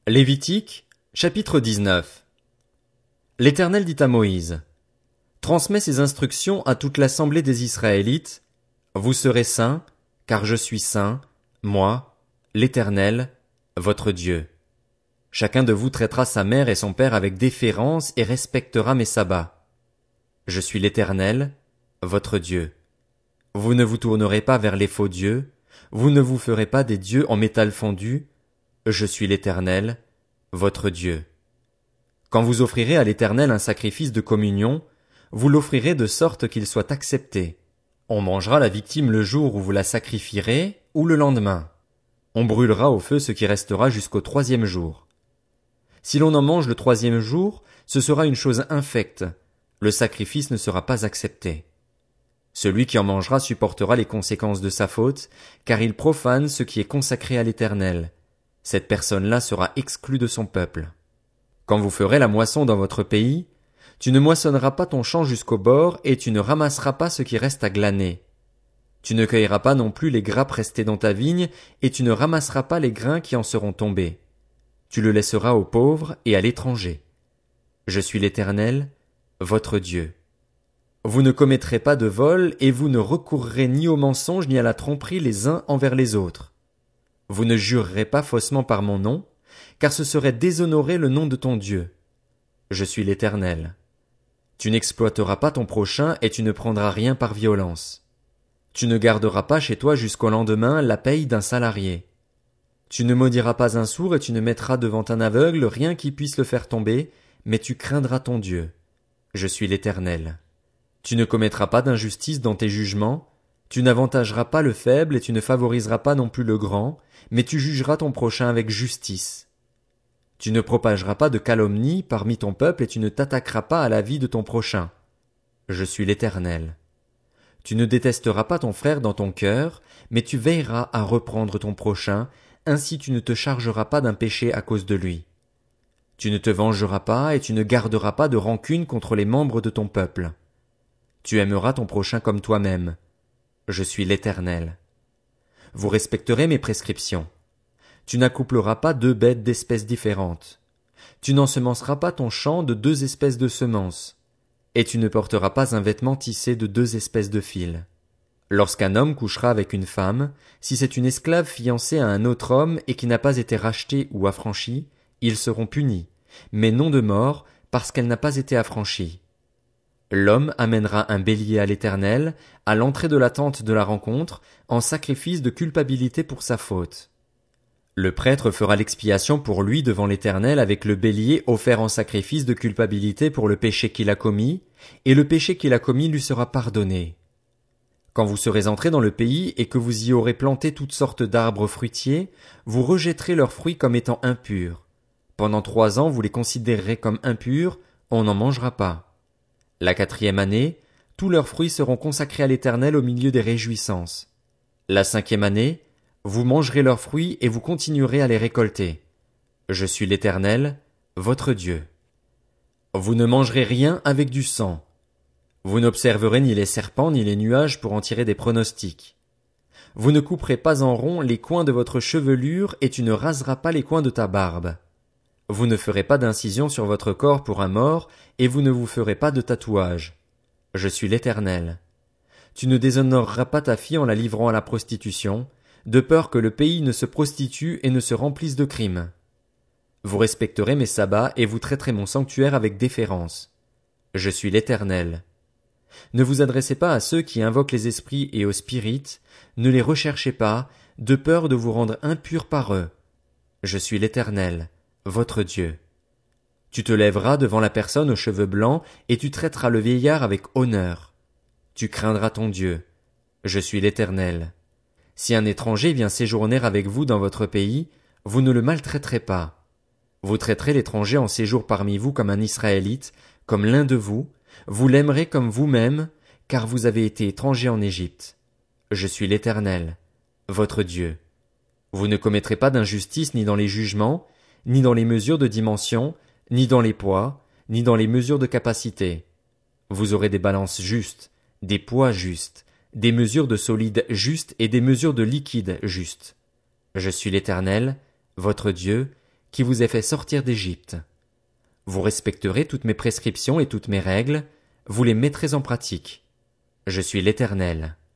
Lévitique, chapitre 19. L'Éternel dit à Moïse: Transmets ces instructions à toute l'assemblée des Israélites. Vous serez saints, car je suis saint, moi, l'Éternel, votre Dieu. Chacun de vous traitera sa mère et son père avec déférence et respectera mes sabbats. Je suis l'Éternel, votre Dieu. Vous ne vous tournerez pas vers les faux dieux, vous ne vous ferez pas des dieux en métal fondu. Je suis l'Éternel, votre Dieu. Quand vous offrirez à l'Éternel un sacrifice de communion, vous l'offrirez de sorte qu'il soit accepté. On mangera la victime le jour où vous la sacrifierez, ou le lendemain. On brûlera au feu ce qui restera jusqu'au 3e jour. Si l'on en mange le 3e jour, ce sera une chose infecte. Le sacrifice ne sera pas accepté. Celui qui en mangera supportera les conséquences de sa faute, car il profane ce qui est consacré à l'Éternel. Cette personne-là sera exclue de son peuple. Quand vous ferez la moisson dans votre pays, tu ne moissonneras pas ton champ jusqu'au bord et tu ne ramasseras pas ce qui reste à glaner. Tu ne cueilleras pas non plus les grappes restées dans ta vigne et tu ne ramasseras pas les grains qui en seront tombés. Tu le laisseras aux pauvres et à l'étranger. Je suis l'Éternel, votre Dieu. Vous ne commettrez pas de vol et vous ne recourrez ni au mensonge ni à la tromperie les uns envers les autres. Vous ne jurerez pas faussement par mon nom, car ce serait déshonorer le nom de ton Dieu. Je suis l'Éternel. Tu n'exploiteras pas ton prochain et tu ne prendras rien par violence. Tu ne garderas pas chez toi jusqu'au lendemain la paye d'un salarié. Tu ne maudiras pas un sourd et tu ne mettras devant un aveugle rien qui puisse le faire tomber, mais tu craindras ton Dieu. Je suis l'Éternel. Tu ne commettras pas d'injustice dans tes jugements, tu n'avantageras pas le faible et tu ne favoriseras pas non plus le grand, mais tu jugeras ton prochain avec justice. Tu ne propageras pas de calomnie parmi ton peuple et tu ne t'attaqueras pas à la vie de ton prochain. Je suis l'Éternel. Tu ne détesteras pas ton frère dans ton cœur, mais tu veilleras à reprendre ton prochain, ainsi tu ne te chargeras pas d'un péché à cause de lui. Tu ne te vengeras pas et tu ne garderas pas de rancune contre les membres de ton peuple. Tu aimeras ton prochain comme toi-même. Je suis l'Éternel. Vous respecterez mes prescriptions. Tu n'accoupleras pas 2 bêtes d'espèces différentes. Tu n'ensemenceras pas ton champ de 2 espèces de semences. Et tu ne porteras pas un vêtement tissé de 2 espèces de fils. Lorsqu'un homme couchera avec une femme, si c'est une esclave fiancée à un autre homme et qui n'a pas été rachetée ou affranchie, ils seront punis, mais non de mort, parce qu'elle n'a pas été affranchie. L'homme amènera un bélier à l'Éternel, à l'entrée de la tente de la rencontre, en sacrifice de culpabilité pour sa faute. Le prêtre fera l'expiation pour lui devant l'Éternel avec le bélier offert en sacrifice de culpabilité pour le péché qu'il a commis, et le péché qu'il a commis lui sera pardonné. Quand vous serez entrés dans le pays et que vous y aurez planté toutes sortes d'arbres fruitiers, vous rejetterez leurs fruits comme étant impurs. Pendant 3 ans vous les considérerez comme impurs, on n'en mangera pas. La 4e année, tous leurs fruits seront consacrés à l'Éternel au milieu des réjouissances. La 5e année, vous mangerez leurs fruits et vous continuerez à les récolter. Je suis l'Éternel, votre Dieu. Vous ne mangerez rien avec du sang. Vous n'observerez ni les serpents ni les nuages pour en tirer des pronostics. Vous ne couperez pas en rond les coins de votre chevelure et tu ne raseras pas les coins de ta barbe. Vous ne ferez pas d'incision sur votre corps pour un mort, et vous ne vous ferez pas de tatouage. Je suis l'Éternel. Tu ne déshonoreras pas ta fille en la livrant à la prostitution, de peur que le pays ne se prostitue et ne se remplisse de crimes. Vous respecterez mes sabbats et vous traiterez mon sanctuaire avec déférence. Je suis l'Éternel. Ne vous adressez pas à ceux qui invoquent les esprits et aux spirites, ne les recherchez pas, de peur de vous rendre impurs par eux. Je suis l'Éternel, votre Dieu. Tu te lèveras devant la personne aux cheveux blancs et tu traiteras le vieillard avec honneur. Tu craindras ton Dieu. Je suis l'Éternel. Si un étranger vient séjourner avec vous dans votre pays, vous ne le maltraiterez pas. Vous traiterez l'étranger en séjour parmi vous comme un Israélite, comme l'un de vous, vous l'aimerez comme vous-même, car vous avez été étranger en Égypte. Je suis l'Éternel, votre Dieu. Vous ne commettrez pas d'injustice ni dans les jugements, ni dans les mesures de dimension, ni dans les poids, ni dans les mesures de capacité. Vous aurez des balances justes, des poids justes, des mesures de solide justes et des mesures de liquide justes. Je suis l'Éternel, votre Dieu, qui vous ai fait sortir d'Égypte. Vous respecterez toutes mes prescriptions et toutes mes règles, vous les mettrez en pratique. Je suis l'Éternel.